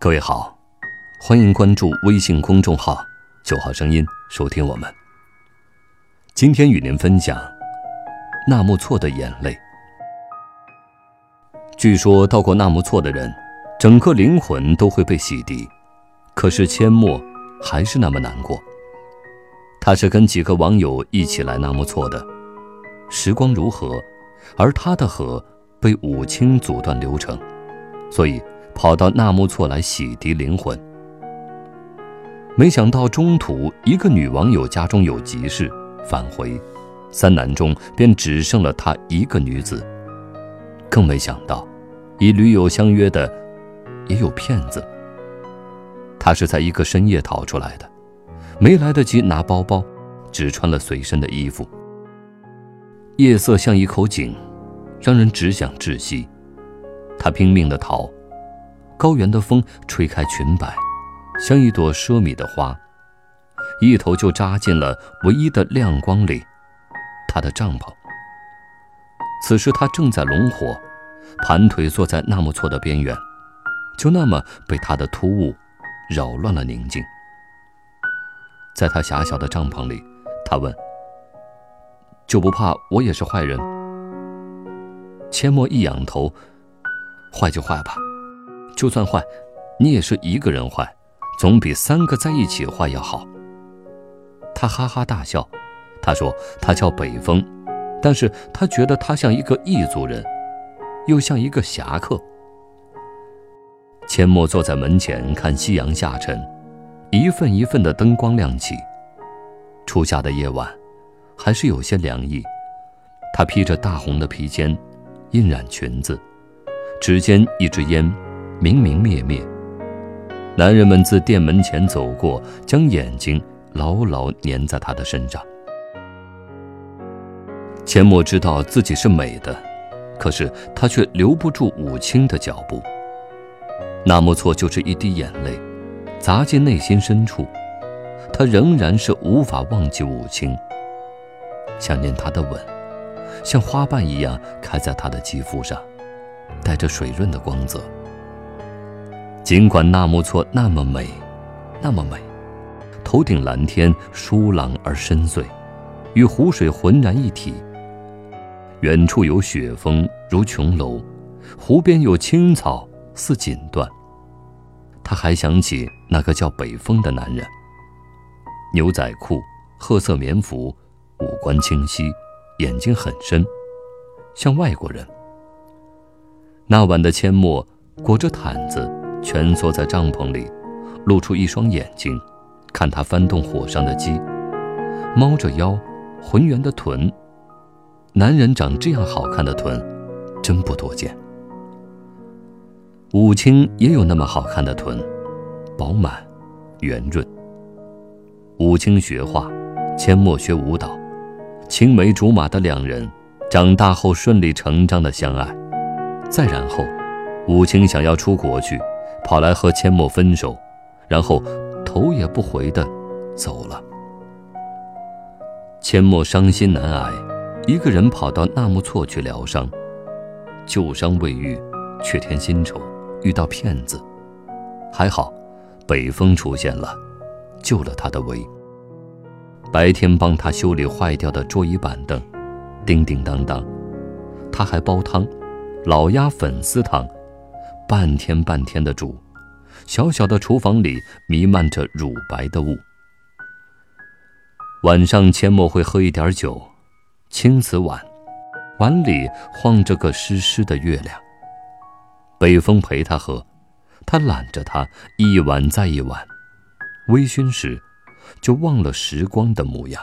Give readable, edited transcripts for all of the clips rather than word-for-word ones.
各位好，欢迎关注微信公众号9号声音，收听我们。今天与您分享纳木错的眼泪。据说到过纳木错的人，整个灵魂都会被洗涤，可是阡陌还是那么难过。他是跟几个网友一起来纳木错的，时光如河，而他的河被武清阻断流程，所以跑到纳木错来洗涤灵魂。没想到中途一个女网友家中有急事返回，3男中便只剩了她一个女子。更没想到与驴友相约的也有骗子，他是在一个深夜逃出来的，没来得及拿包包，只穿了随身的衣服。夜色像一口井，让人只想窒息。他拼命地逃，高原的风吹开裙摆，像一朵奢靡的花，一头就扎进了唯一的亮光里，他的帐篷。此时他正在龙火，盘腿坐在纳木错的边缘，就那么被他的突兀扰乱了宁静。在他狭小的帐篷里，他问：就不怕我也是坏人？阡陌一仰头：坏就坏吧，就算坏，你也是一个人坏，总比3个在一起坏要好。他哈哈大笑，他说他叫北风，但是他觉得他像一个异族人，又像一个侠客。阡陌坐在门前看夕阳下沉，一份一份的灯光亮起。初夏的夜晚还是有些凉意，他披着大红的披肩，印染裙子，指尖一支烟明明灭灭。男人们自店门前走过，将眼睛牢牢粘在他的身上。阡陌知道自己是美的，可是他却留不住武清的脚步。纳木错就是一滴眼泪，砸进内心深处，他仍然是无法忘记武清。想念他的吻，像花瓣一样开在他的肌肤上，带着水润的光泽。尽管纳木错那么美，那么美，头顶蓝天疏朗而深邃，与湖水浑然一体。远处有雪峰如琼楼，湖边有青草似锦缎。他还想起那个叫北风的男人，牛仔裤，褐色棉服，五官清晰，眼睛很深，像外国人。那晚的阡陌裹着毯子蜷缩在帐篷里，露出一双眼睛看他翻动火上的鸡，猫着腰，浑圆的臀。男人长这样好看的臀真不多见。武清也有那么好看的臀，饱满圆润。武清学画，阡陌学舞蹈，青梅竹马的2人长大后顺理成章的相爱。再然后，武清想要出国去，跑来和阡陌分手，然后头也不回地走了。阡陌伤心难挨，一个人跑到纳木错去疗伤。旧伤未愈，却添新愁，遇到骗子。还好北风出现了，救了他的危。白天帮他修理坏掉的桌椅板凳，叮叮当当。他还煲汤，老鸭粉丝汤，半天半天的煮。小小的厨房里弥漫着乳白的雾。晚上阡陌会喝一点酒，青瓷碗，碗里晃着个湿湿的月亮。北风陪他喝，他揽着他一碗再一碗，微醺时就忘了时光的模样。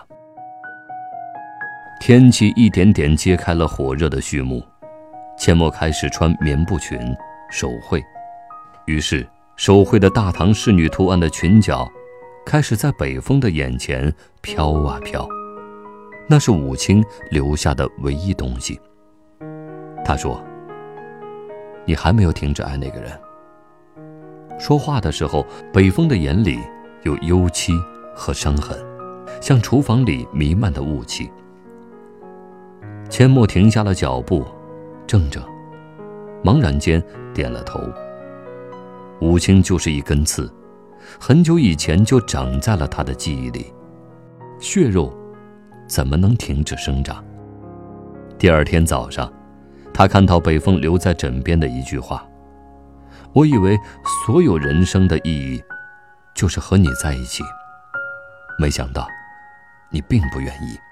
天气一点点揭开了火热的序幕，阡陌开始穿棉布裙手绘，于是手绘的大唐仕女图案的裙角开始在北风的眼前飘啊飘。那是武清留下的唯一东西。他说：你还没有停止爱那个人。说话的时候，北风的眼里有忧戚和伤痕，像厨房里弥漫的雾气。阡陌停下了脚步，怔怔，茫然间点了头。 武清就是一根刺，很久以前就长在了他的记忆里，血肉怎么能停止生长？第二天早上，他看到北风留在枕边的一句话：我以为所有人生的意义就是和你在一起，没想到你并不愿意。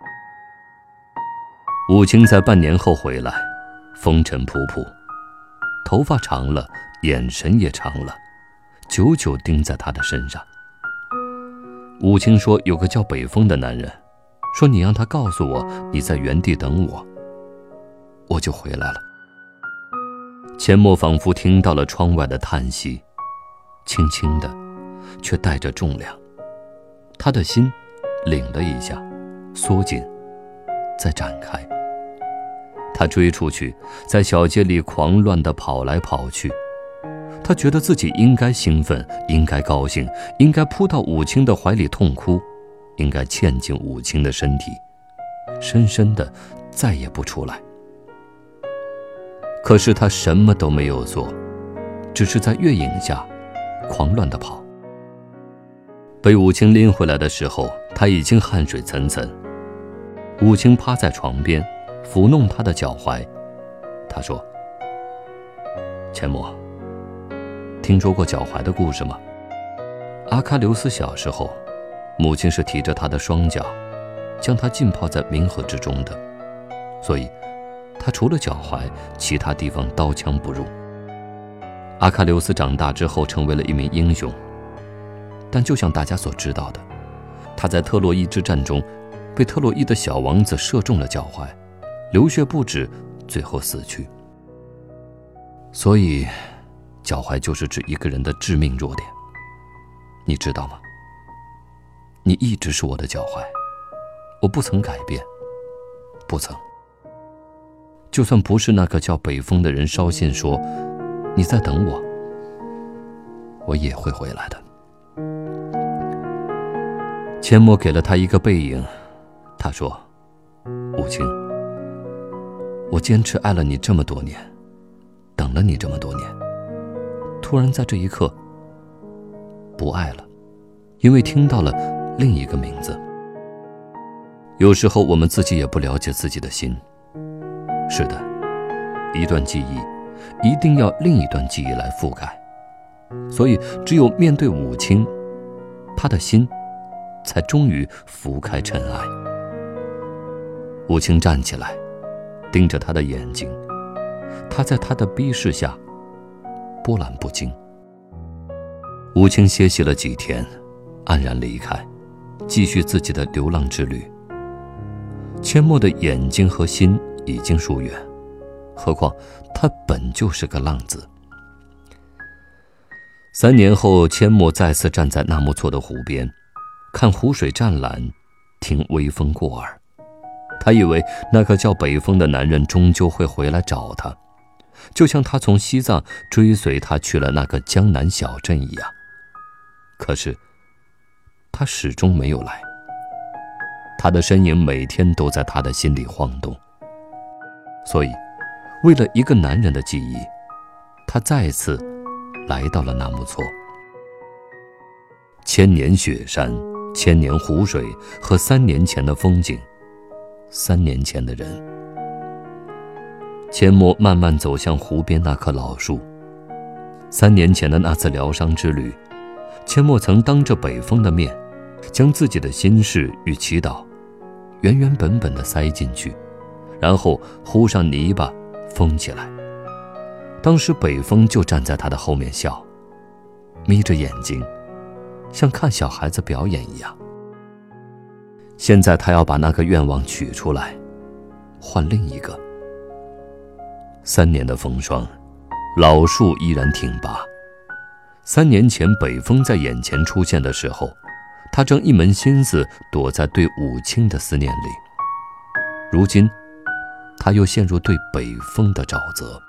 武清在半年后回来，风尘仆仆，头发长了，眼神也长了，久久盯在他的身上。武清说有个叫北风的男人，说你让他告诉我你在原地等我，我就回来了。阡陌仿佛听到了窗外的叹息，轻轻的，却带着重量。他的心领了一下，缩紧，再展开。他追出去，在小街里狂乱地跑来跑去。他觉得自己应该兴奋，应该高兴，应该扑到武清的怀里痛哭，应该嵌进武清的身体，深深的再也不出来。可是他什么都没有做，只是在月影下狂乱地跑。被武清拎回来的时候，他已经汗水涔涔。武清趴在床边，抚弄他的脚踝。他说：阡陌，听说过脚踝的故事吗？阿喀琉斯小时候，母亲是提着他的双脚，将他浸泡在冥河之中的，所以他除了脚踝，其他地方刀枪不入。阿喀琉斯长大之后成为了一名英雄，但就像大家所知道的，他在特洛伊之战中被特洛伊的小王子射中了脚踝，流血不止，最后死去。所以脚踝就是指一个人的致命弱点，你知道吗？你一直是我的脚踝，我不曾改变，不曾。就算不是那个叫北风的人捎信说你在等我，我也会回来的。阡陌给了他一个背影，他说：武清，我坚持爱了你这么多年，等了你这么多年，突然在这一刻不爱了，因为听到了另一个名字。有时候我们自己也不了解自己的心。是的，一段记忆一定要另一段记忆来覆盖，所以只有面对武清，他的心才终于拂开尘埃。武清站起来，盯着他的眼睛，他在他的逼视下波澜不惊。武清歇息了几天，黯然离开，继续自己的流浪之旅。阡陌的眼睛和心已经疏远，何况他本就是个浪子。3年后，阡陌再次站在纳木错的湖边，看湖水湛蓝，听微风过耳。他以为那个叫北风的男人终究会回来找他，就像他从西藏追随他去了那个江南小镇一样。可是他始终没有来，他的身影每天都在他的心里晃动。所以为了一个男人的记忆，他再次来到了纳木错。1000年雪山，1000年湖水和3年前的风景，3年前的人。阡陌慢慢走向湖边那棵老树。3年前的那次疗伤之旅，阡陌曾当着北风的面，将自己的心事与祈祷原原本本地塞进去，然后糊上泥巴封起来。当时北风就站在他的后面笑，眯着眼睛，像看小孩子表演一样。现在他要把那个愿望取出来，换另一个。3年的风霜，老树依然挺拔。3年前北风在眼前出现的时候，他正一门心思躲在对武清的思念里。如今他又陷入对北风的沼泽。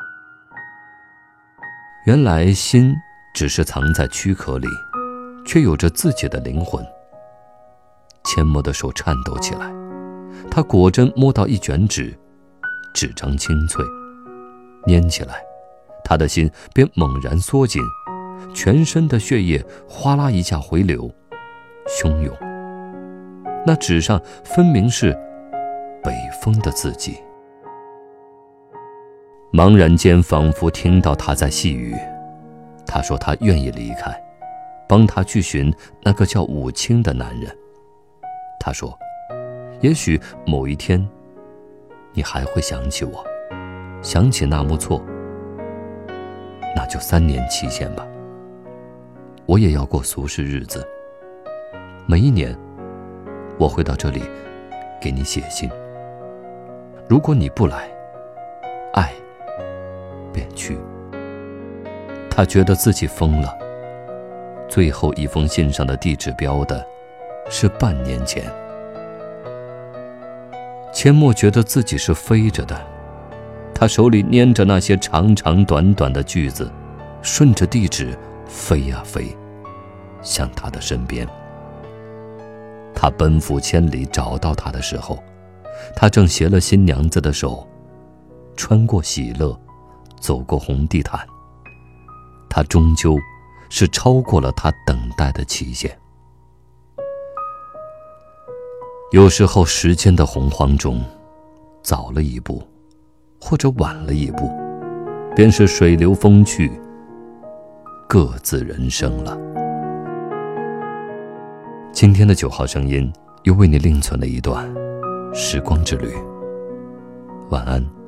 原来心只是藏在躯壳里，却有着自己的灵魂。阡陌的手颤抖起来，他果真摸到一卷纸，纸张清脆，拈起来，他的心便猛然缩紧， 全身的血液哗啦一下回流，汹涌。那纸上分明是北风的字迹。茫然间仿佛听到他在细语，他说他愿意离开，帮他去寻那个叫武清的男人。他说，也许某一天你还会想起我，想起纳木错，那就3年期限吧。我也要过俗世日子，每一年我会到这里给你写信。如果你不来，爱便去。他觉得自己疯了，最后一封信上的地址标的是半年前。阡陌觉得自己是飞着的，他手里拈着那些长长短短的句子，顺着地址飞啊飞，向他的身边。他奔赴千里找到他的时候，他正携了新娘子的手，穿过喜乐，走过红地毯。他终究是超过了他等待的期限。有时候时间的洪荒中，早了一步，或者晚了一步，便是水流风去，各自人生了。今天的9号声音又为你另存了一段时光之旅。晚安。